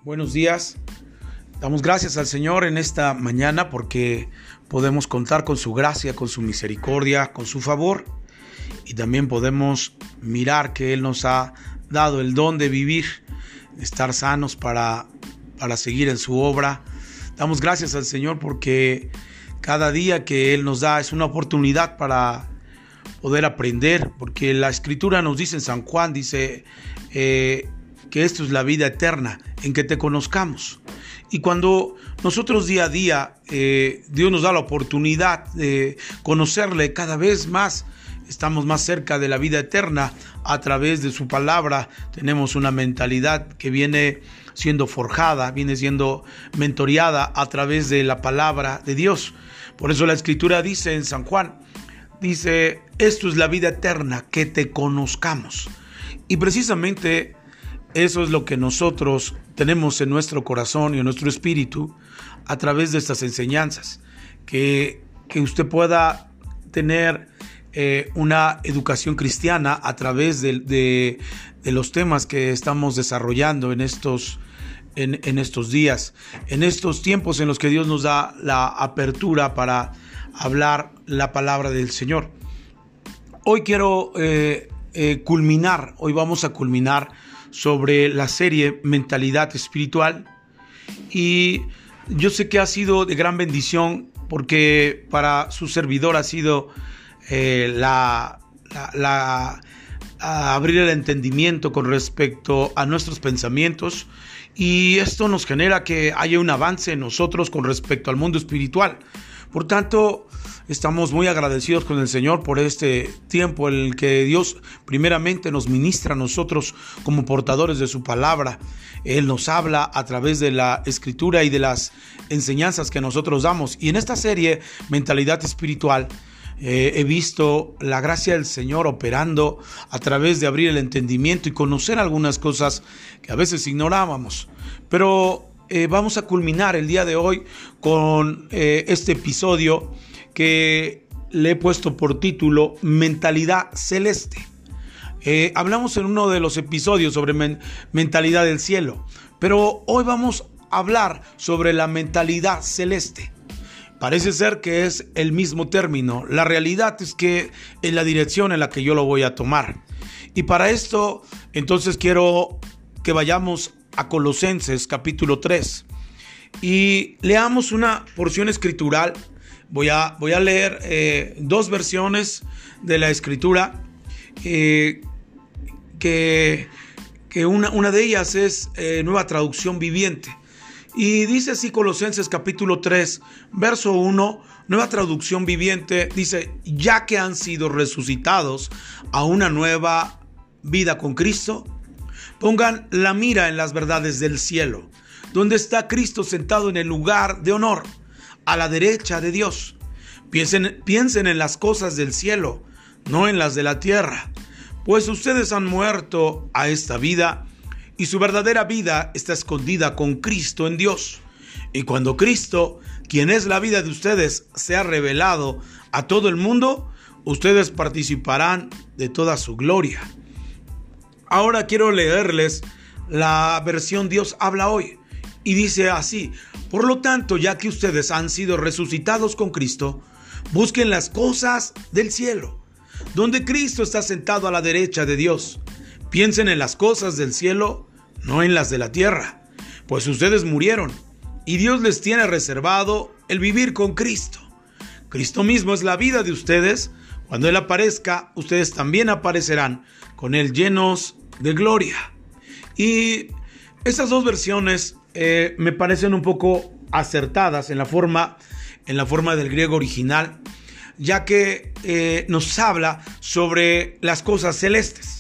Buenos días. Damos gracias al Señor en esta mañana porque podemos contar con su gracia, con su misericordia, con su favor. Y también podemos mirar que Él nos ha dado el don de vivir, de estar sanos para seguir en su obra. Damos gracias al Señor porque cada día que Él nos da es una oportunidad para poder aprender, porque la Escritura nos dice en San Juan, dice que esto es la vida eterna, en que te conozcamos. Y cuando nosotros día a día, Dios nos da la oportunidad de conocerle cada vez más, estamos más cerca de la vida eterna a través de su palabra. Tenemos una mentalidad que viene siendo forjada, viene siendo mentoreada a través de la palabra de Dios. Por eso la Escritura dice en San Juan, dice, esto es la vida eterna, que te conozcamos. Y precisamente eso es lo que nosotros tenemos en nuestro corazón y en nuestro espíritu a través de estas enseñanzas. Que usted pueda tener una educación cristiana a través de los temas que estamos desarrollando en estos días, en estos tiempos en los que Dios nos da la apertura para hablar la palabra del Señor. Hoy quiero hoy vamos a culminar sobre la serie Mentalidad Espiritual, y yo sé que ha sido de gran bendición porque para su servidor ha sido abrir el entendimiento con respecto a nuestros pensamientos, y esto nos genera que haya un avance en nosotros con respecto al mundo espiritual. Por tanto, estamos muy agradecidos con el Señor por este tiempo en el que Dios primeramente nos ministra a nosotros como portadores de su palabra. Él nos habla a través de la Escritura y de las enseñanzas que nosotros damos. Y en esta serie, Mentalidad Espiritual, he visto la gracia del Señor operando a través de abrir el entendimiento y conocer algunas cosas que a veces ignorábamos. Pero vamos a culminar el día de hoy con este episodio que le he puesto por título Mentalidad Celeste. Hablamos en uno de los episodios sobre mentalidad del cielo, pero hoy vamos a hablar sobre la mentalidad celeste. Parece ser que es el mismo término. La realidad es que es la dirección en la que yo lo voy a tomar. Y para esto, entonces quiero que vayamos a Colosenses capítulo 3 y leamos una porción escritural. Voy a leer dos versiones de la Escritura, que una de ellas es Nueva Traducción Viviente. Y dice así Colosenses capítulo 3, verso 1, Nueva Traducción Viviente, dice: ya que han sido resucitados a una nueva vida con Cristo, pongan la mira en las verdades del cielo, donde está Cristo sentado en el lugar de honor, a la derecha de Dios. Piensen en las cosas del cielo, no en las de la tierra, pues ustedes han muerto a esta vida y su verdadera vida está escondida con Cristo en Dios. Y cuando Cristo, quien es la vida de ustedes, sea revelado a todo el mundo, ustedes participarán de toda su gloria. Ahora quiero leerles la versión Dios habla hoy. Y dice así: por lo tanto, ya que ustedes han sido resucitados con Cristo, busquen las cosas del cielo, donde Cristo está sentado a la derecha de Dios. Piensen en las cosas del cielo, no en las de la tierra, pues ustedes murieron y Dios les tiene reservado el vivir con Cristo. Cristo mismo es la vida de ustedes. Cuando Él aparezca, ustedes también aparecerán con Él llenos de gloria. Y estas dos versiones me parecen un poco acertadas en la forma del griego original, ya que nos habla sobre las cosas celestes.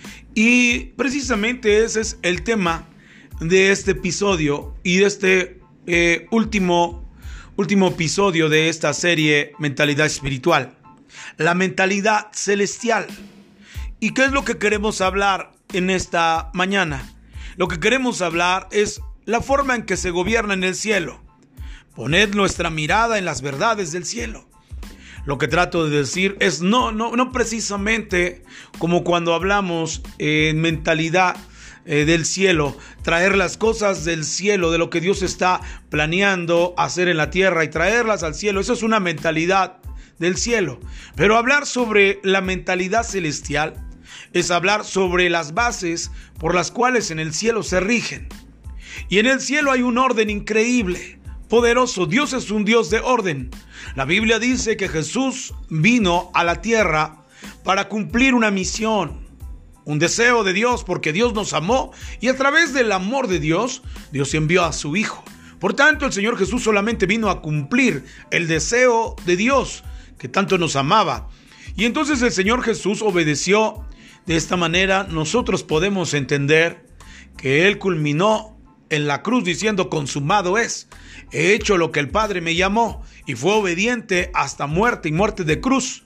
Y precisamente ese es el tema de este episodio y de este último episodio de esta serie Mentalidad Espiritual, la mentalidad celestial. ¿Y qué es lo que queremos hablar en esta mañana? Lo que queremos hablar es la forma en que se gobierna en el cielo. Poned nuestra mirada en las verdades del cielo. Lo que trato de decir es no precisamente como cuando hablamos en mentalidad del cielo, traer las cosas del cielo, de lo que Dios está planeando hacer en la tierra y traerlas al cielo. Eso es una mentalidad del cielo. Pero hablar sobre la mentalidad celestial es hablar sobre las bases por las cuales en el cielo se rigen. Y en el cielo hay un orden increíble, poderoso. Dios es un Dios de orden. La Biblia dice que Jesús vino a la tierra para cumplir una misión, un deseo de Dios, porque Dios nos amó y a través del amor de Dios, Dios envió a su Hijo. Por tanto, el Señor Jesús solamente vino a cumplir el deseo de Dios, que tanto nos amaba. Y entonces el Señor Jesús obedeció. De esta manera nosotros podemos entender que Él culminó en la cruz diciendo: consumado es, he hecho lo que el Padre me llamó, y fue obediente hasta muerte y muerte de cruz,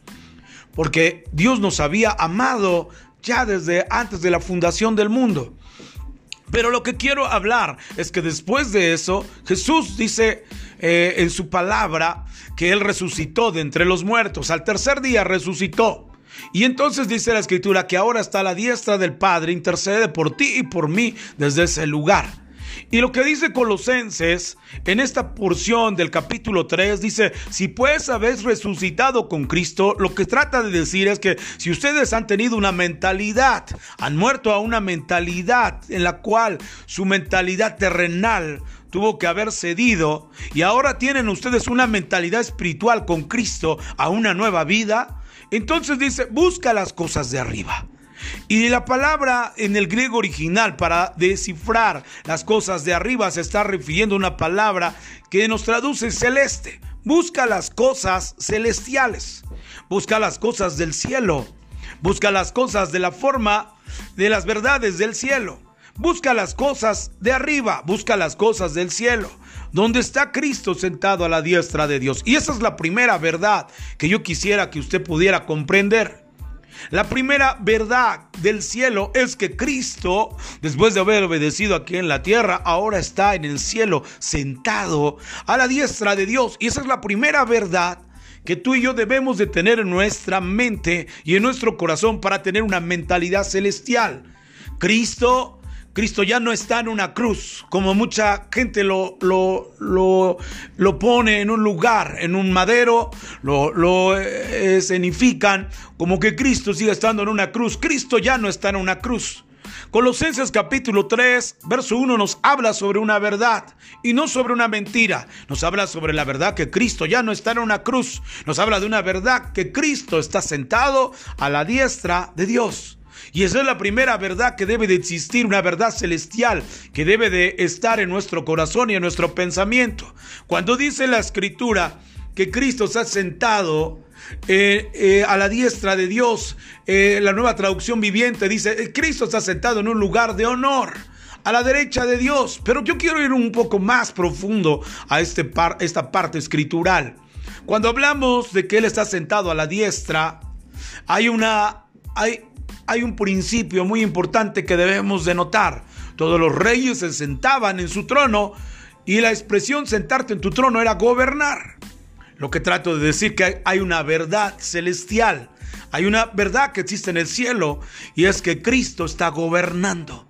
porque Dios nos había amado ya desde antes de la fundación del mundo. Pero lo que quiero hablar es que después de eso, Jesús dice en su palabra que Él resucitó de entre los muertos. Al tercer día resucitó. Y entonces dice la Escritura que ahora está a la diestra del Padre, intercede por ti y por mí desde ese lugar. Y lo que dice Colosenses en esta porción del capítulo 3 dice: si pues habéis resucitado con Cristo, lo que trata de decir es que si ustedes han tenido una mentalidad, han muerto a una mentalidad en la cual su mentalidad terrenal tuvo que haber cedido, y ahora tienen ustedes una mentalidad espiritual con Cristo, a una nueva vida, entonces dice: busca las cosas de arriba. Y la palabra en el griego original para descifrar las cosas de arriba se está refiriendo a una palabra que nos traduce celeste. Busca las cosas celestiales, busca las cosas del cielo, busca las cosas de la forma de las verdades del cielo, busca las cosas de arriba, busca las cosas del cielo, donde está Cristo sentado a la diestra de Dios. Y esa es la primera verdad que yo quisiera que usted pudiera comprender. La primera verdad del cielo es que Cristo, después de haber obedecido aquí en la tierra, ahora está en el cielo sentado a la diestra de Dios. Y esa es la primera verdad que tú y yo debemos de tener en nuestra mente y en nuestro corazón para tener una mentalidad celestial. Cristo ya no está en una cruz, como mucha gente lo pone en un lugar, en un madero, lo escenifican como que Cristo sigue estando en una cruz. Cristo ya no está en una cruz. Colosenses capítulo 3, verso 1 nos habla sobre una verdad y no sobre una mentira. Nos habla sobre la verdad que Cristo ya no está en una cruz. Nos habla de una verdad que Cristo está sentado a la diestra de Dios. Y esa es la primera verdad que debe de existir, una verdad celestial que debe de estar en nuestro corazón y en nuestro pensamiento. Cuando dice la Escritura que Cristo está sentado a la diestra de Dios, la Nueva Traducción Viviente dice: Cristo está sentado en un lugar de honor, a la derecha de Dios. Pero yo quiero ir un poco más profundo a esta parte escritural. Cuando hablamos de que Él está sentado a la diestra, hay un principio muy importante que debemos de notar. Todos los reyes se sentaban en su trono y la expresión sentarte en tu trono era gobernar. Lo que trato de decir que hay una verdad celestial, hay una verdad que existe en el cielo, y es que Cristo está gobernando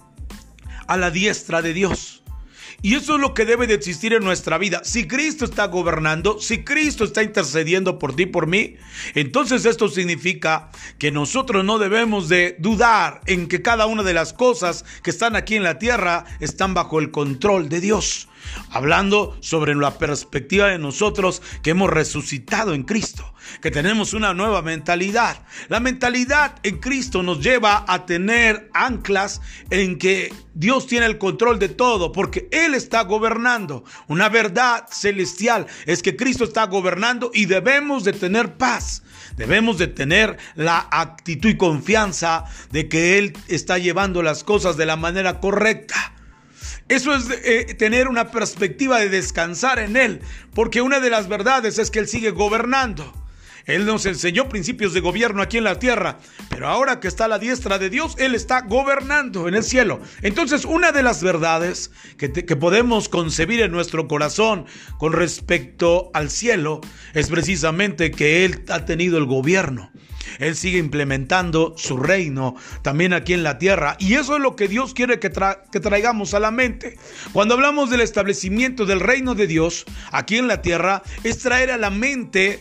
a la diestra de Dios. Y eso es lo que debe de existir en nuestra vida. Si Cristo está gobernando, si Cristo está intercediendo por ti y por mí, entonces esto significa que nosotros no debemos de dudar en que cada una de las cosas que están aquí en la tierra están bajo el control de Dios. Hablando sobre la perspectiva de nosotros que hemos resucitado en Cristo, que tenemos una nueva mentalidad. La mentalidad en Cristo nos lleva a tener anclas en que Dios tiene el control de todo, porque Él está gobernando. Una verdad celestial es que Cristo está gobernando y debemos de tener paz. Debemos de tener la actitud y confianza de que Él está llevando las cosas de la manera correcta. Eso es tener una perspectiva de descansar en Él, porque una de las verdades es que Él sigue gobernando. Él nos enseñó principios de gobierno aquí en la tierra, pero ahora que está a la diestra de Dios, Él está gobernando en el cielo. Entonces, una de las verdades que podemos concebir en nuestro corazón con respecto al cielo es precisamente que Él ha tenido el gobierno. Él sigue implementando su reino también aquí en la tierra. Y eso es lo que Dios quiere que traigamos a la mente. Cuando hablamos del establecimiento del reino de Dios aquí en la tierra, es traer a la mente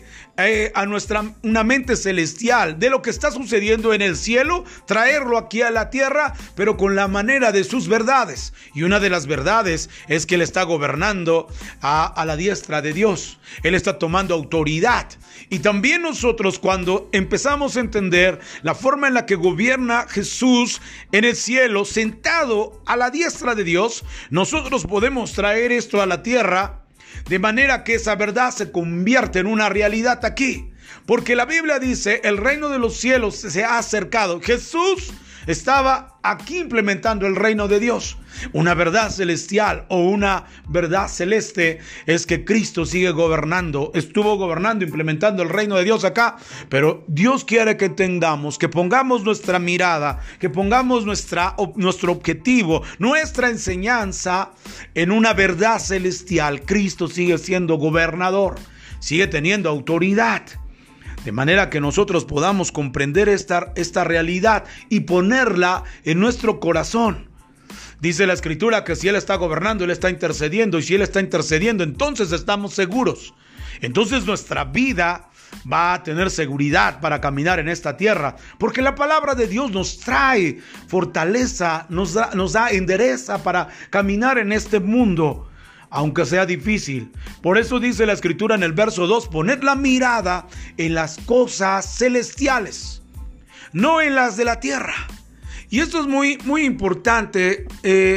una mente celestial de lo que está sucediendo en el cielo, traerlo aquí a la tierra, pero con la manera de sus verdades. Y una de las verdades es que Él está gobernando a la diestra de Dios. Él está tomando autoridad. Y también nosotros, cuando empezamos a entender la forma en la que gobierna Jesús en el cielo, sentado a la diestra de Dios, nosotros podemos traer esto a la tierra, de manera que esa verdad se convierte en una realidad aquí. Porque la Biblia dice, el reino de los cielos se ha acercado. Jesús estaba aquí implementando el reino de Dios. Una verdad celestial o una verdad celeste es que Cristo sigue gobernando, estuvo gobernando, implementando el reino de Dios acá, pero Dios quiere que entendamos, que pongamos nuestra mirada, que pongamos nuestro objetivo, nuestra enseñanza en una verdad celestial. Cristo sigue siendo gobernador, sigue teniendo autoridad. De manera que nosotros podamos comprender esta realidad y ponerla en nuestro corazón. Dice la Escritura que si Él está gobernando, Él está intercediendo. Y si Él está intercediendo, entonces estamos seguros. Entonces nuestra vida va a tener seguridad para caminar en esta tierra. Porque la palabra de Dios nos trae fortaleza, nos da endereza para caminar en este mundo, aunque sea difícil. Por eso dice la Escritura en el verso 2, poned la mirada en las cosas celestiales, no en las de la tierra. Y esto es muy, muy importante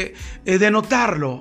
de notarlo.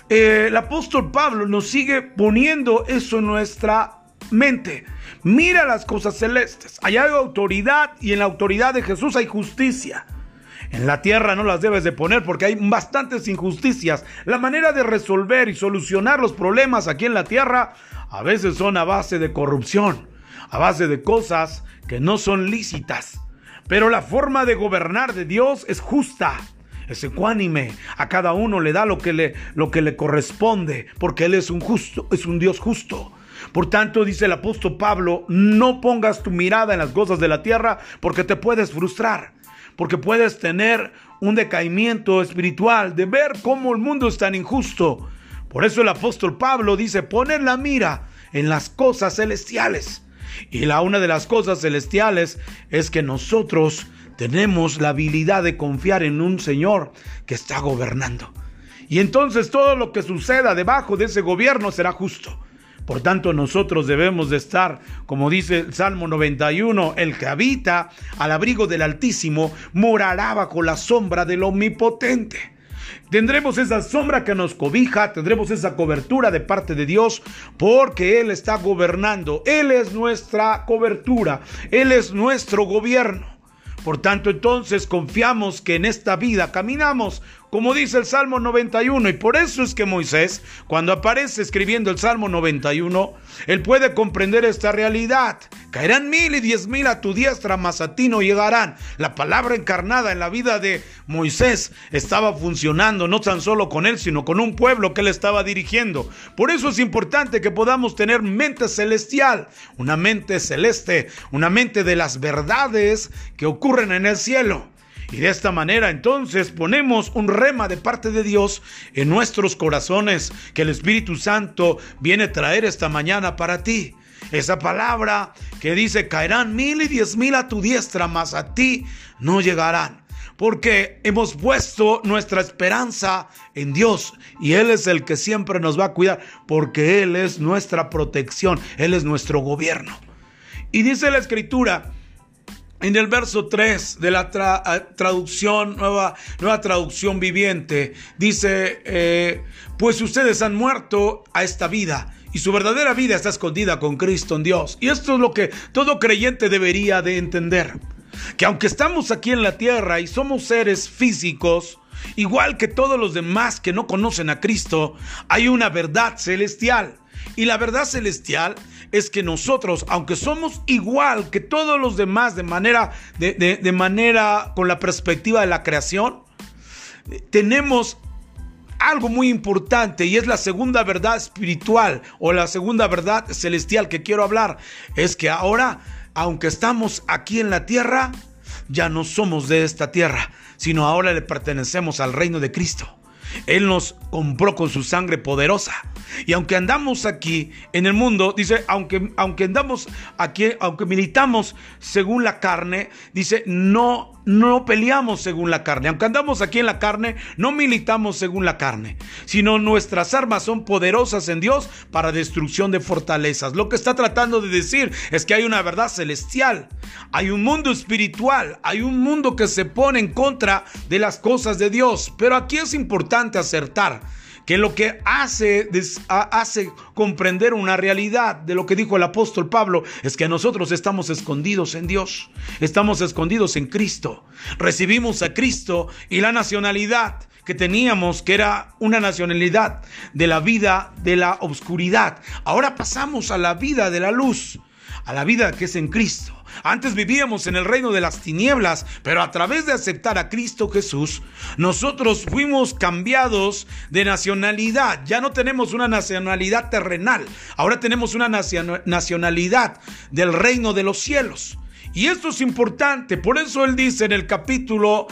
El apóstol Pablo nos sigue poniendo eso en nuestra mente. Mira las cosas celestes. Allá hay autoridad y en la autoridad de Jesús hay justicia. En la tierra no las debes de poner porque hay bastantes injusticias. La manera de resolver y solucionar los problemas aquí en la tierra a veces son a base de corrupción, a base de cosas que no son lícitas. Pero la forma de gobernar de Dios es justa, es ecuánime. A cada uno le da lo que le corresponde, porque Él es un Dios justo. Por tanto, dice el apóstol Pablo, no pongas tu mirada en las cosas de la tierra porque te puedes frustrar. Porque puedes tener un decaimiento espiritual de ver cómo el mundo es tan injusto. Por eso el apóstol Pablo dice, poner la mira en las cosas celestiales. Y una de las cosas celestiales es que nosotros tenemos la habilidad de confiar en un Señor que está gobernando. Y entonces todo lo que suceda debajo de ese gobierno será justo. Por tanto, nosotros debemos de estar, como dice el Salmo 91, el que habita al abrigo del Altísimo morará bajo la sombra del Omnipotente. Tendremos esa sombra que nos cobija, tendremos esa cobertura de parte de Dios, porque Él está gobernando. Él es nuestra cobertura, Él es nuestro gobierno. Por tanto, entonces confiamos que en esta vida caminamos como dice el Salmo 91, y por eso es que Moisés, cuando aparece escribiendo el Salmo 91, él puede comprender esta realidad. Caerán 1000 y 10,000 a tu diestra, mas a ti no llegarán. La palabra encarnada en la vida de Moisés estaba funcionando no tan solo con él, sino con un pueblo que él estaba dirigiendo. Por eso es importante que podamos tener mente celestial, una mente celeste, una mente de las verdades que ocurren en el cielo. Y de esta manera entonces ponemos un rema de parte de Dios en nuestros corazones que el Espíritu Santo viene a traer esta mañana para ti. Esa palabra que dice caerán 1000 y 10,000 a tu diestra, mas a ti no llegarán. Porque hemos puesto nuestra esperanza en Dios y Él es el que siempre nos va a cuidar, porque Él es nuestra protección, Él es nuestro gobierno. Y dice la Escritura en el verso 3 de la traducción, nueva traducción viviente, dice, pues ustedes han muerto a esta vida y su verdadera vida está escondida con Cristo en Dios. Y esto es lo que todo creyente debería de entender, que aunque estamos aquí en la tierra y somos seres físicos, igual que todos los demás que no conocen a Cristo, hay una verdad celestial. Y la verdad celestial es que nosotros, aunque somos igual que todos los demás de manera con la perspectiva de la creación, tenemos algo muy importante, y es la segunda verdad espiritual o la segunda verdad celestial que quiero hablar. Es que ahora aunque estamos aquí en la tierra, ya no somos de esta tierra, sino ahora le pertenecemos al reino de Cristo. Él nos compró con su sangre poderosa. Y aunque andamos aquí en el mundo, dice, aunque andamos aquí, aunque militamos según la carne, dice, no peleamos según la carne. Aunque andamos aquí en la carne, no militamos según la carne, sino nuestras armas son poderosas en Dios para destrucción de fortalezas. Lo que está tratando de decir es que hay una verdad celestial, hay un mundo espiritual, hay un mundo que se pone en contra de las cosas de Dios. Pero aquí es importante acertar que lo que hace comprender una realidad de lo que dijo el apóstol Pablo es que nosotros estamos escondidos en Dios, estamos escondidos en Cristo. Recibimos a Cristo y la nacionalidad que teníamos, que era una nacionalidad de la vida de la oscuridad, ahora pasamos a la vida de la luz, a la vida que es en Cristo. Antes vivíamos en el reino de las tinieblas, pero a través de aceptar a Cristo Jesús, nosotros fuimos cambiados de nacionalidad. Ya no tenemos una nacionalidad terrenal, ahora tenemos una nacionalidad del reino de los cielos. Y esto es importante, por eso él dice en el capítulo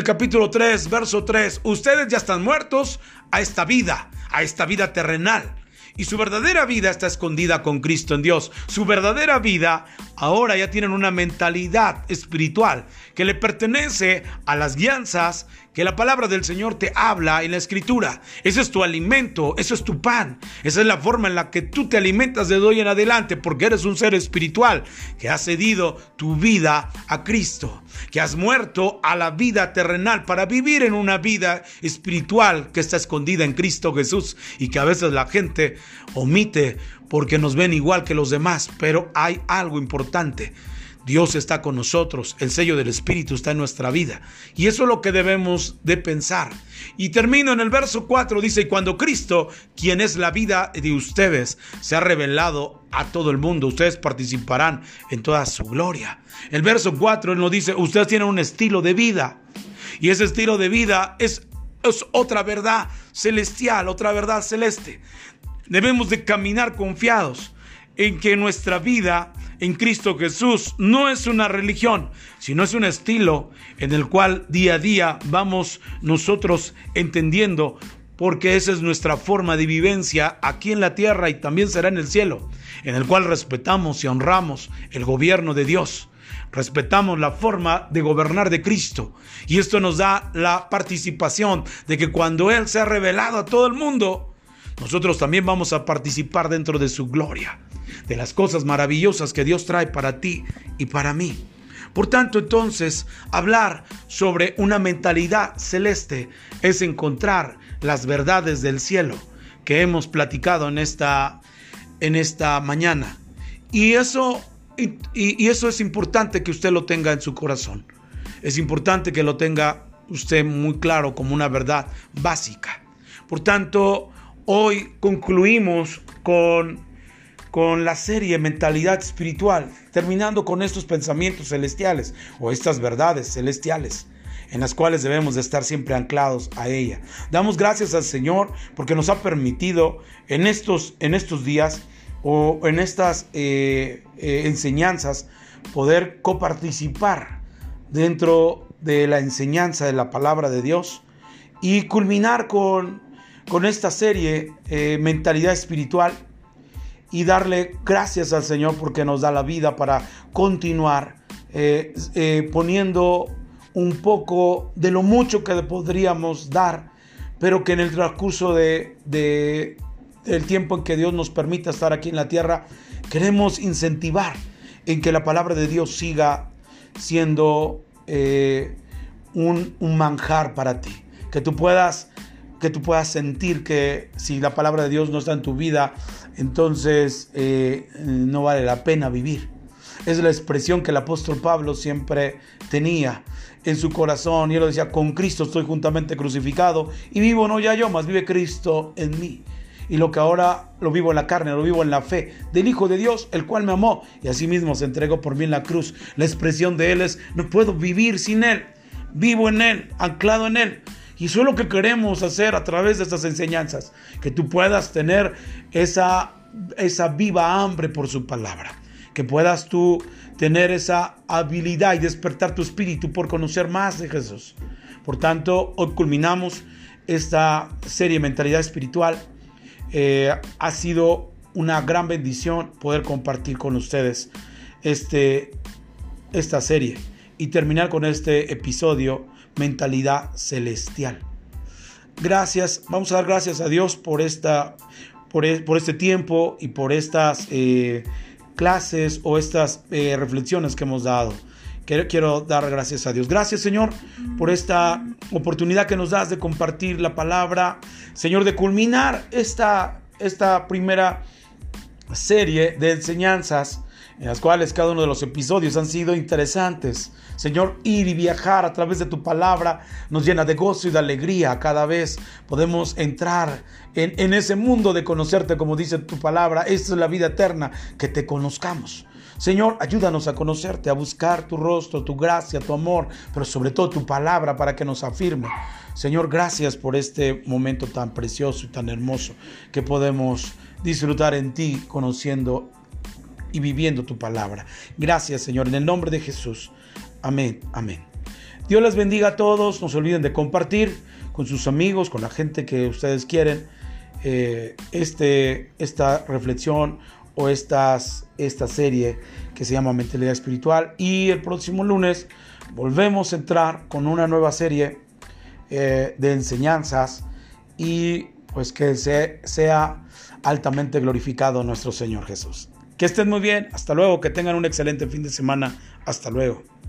3, verso 3, ustedes ya están muertos a esta vida terrenal. Y su verdadera vida está escondida con Cristo en Dios. Su verdadera vida ahora ya tienen una mentalidad espiritual que le pertenece a las guianzas que la palabra del Señor te habla en la Escritura. Ese es tu alimento, eso es tu pan. Esa es la forma en la que tú te alimentas de hoy en adelante, porque eres un ser espiritual que has cedido tu vida a Cristo, que has muerto a la vida terrenal para vivir en una vida espiritual que está escondida en Cristo Jesús y que a veces la gente omite porque nos ven igual que los demás. Pero hay algo importante: Dios está con nosotros, el sello del Espíritu está en nuestra vida, y eso es lo que debemos de pensar. Y termino en el verso 4, dice, y cuando Cristo, quien es la vida de ustedes, se ha revelado a todo el mundo, ustedes participarán en toda su gloria. El verso 4 nos dice, ustedes tienen un estilo de vida, y ese estilo de vida es otra verdad celestial, otra verdad celeste. Debemos de caminar confiados en que nuestra vida en Cristo Jesús no es una religión, sino es un estilo en el cual día a día vamos nosotros entendiendo, porque esa es nuestra forma de vivencia aquí en la tierra y también será en el cielo, en el cual respetamos y honramos el gobierno de Dios. Respetamos la forma de gobernar de Cristo, y esto nos da la participación de que cuando Él se ha revelado a todo el mundo, nosotros también vamos a participar dentro de su gloria, de las cosas maravillosas que Dios trae para ti y para mí. Por tanto, entonces, hablar sobre una mentalidad celeste es encontrar las verdades del cielo que hemos platicado en esta mañana. Y eso es importante que usted lo tenga en su corazón. Es importante que lo tenga usted muy claro como una verdad básica. Por tanto, hoy concluimos con la serie Mentalidad Espiritual, terminando con estos pensamientos celestiales o estas verdades celestiales en las cuales debemos de estar siempre anclados a ella. Damos gracias al Señor porque nos ha permitido en estos días o en estas enseñanzas poder coparticipar dentro de la enseñanza de la palabra de Dios y culminar con esta serie Mentalidad Espiritual, y darle gracias al Señor porque nos da la vida para continuar poniendo un poco de lo mucho que podríamos dar, pero que en el transcurso del tiempo en que Dios nos permita estar aquí en la tierra, queremos incentivar en que la palabra de Dios siga siendo un manjar para ti, que tú puedas sentir que si la palabra de Dios no está en tu vida, entonces no vale la pena vivir. Es la expresión que el apóstol Pablo siempre tenía en su corazón, y él lo decía: con Cristo estoy juntamente crucificado, y vivo no ya yo, mas vive Cristo en mí. Y lo que ahora lo vivo en la carne, lo vivo en la fe del Hijo de Dios, el cual me amó y asimismo se entregó por mí en la cruz. La expresión de él es: no puedo vivir sin él, vivo en él, anclado en él. Y eso es lo que queremos hacer a través de estas enseñanzas, que tú puedas tener esa viva hambre por su palabra, que puedas tú tener esa habilidad y despertar tu espíritu por conocer más de Jesús. Por tanto, hoy culminamos esta serie Mentalidad Espiritual. Ha sido una gran bendición poder compartir con ustedes esta serie y terminar con este episodio Mentalidad Celestial. Gracias, vamos a dar gracias a Dios por este tiempo y por estas clases o estas reflexiones que hemos dado. Quiero dar gracias a Dios. Gracias, Señor, por esta oportunidad que nos das de compartir la palabra, Señor, de culminar esta primera serie de enseñanzas en las cuales cada uno de los episodios han sido interesantes. Señor, ir y viajar a través de tu palabra nos llena de gozo y de alegría. Cada vez podemos entrar en ese mundo de conocerte, como dice tu palabra. Esta es la vida eterna, que te conozcamos. Señor, ayúdanos a conocerte, a buscar tu rostro, tu gracia, tu amor, pero sobre todo tu palabra para que nos afirme. Señor, gracias por este momento tan precioso y tan hermoso que podemos disfrutar en ti, conociendo y viviendo tu palabra. Gracias, Señor, en el nombre de Jesús. Amén, amén. Dios les bendiga a todos. No se olviden de compartir con sus amigos, con la gente que ustedes quieren, esta reflexión o esta serie que se llama Mentalidad Espiritual. Y el próximo lunes volvemos a entrar con una nueva serie de enseñanzas, y pues que sea altamente glorificado nuestro Señor Jesús. Que estén muy bien. Hasta luego. Que tengan un excelente fin de semana. Hasta luego.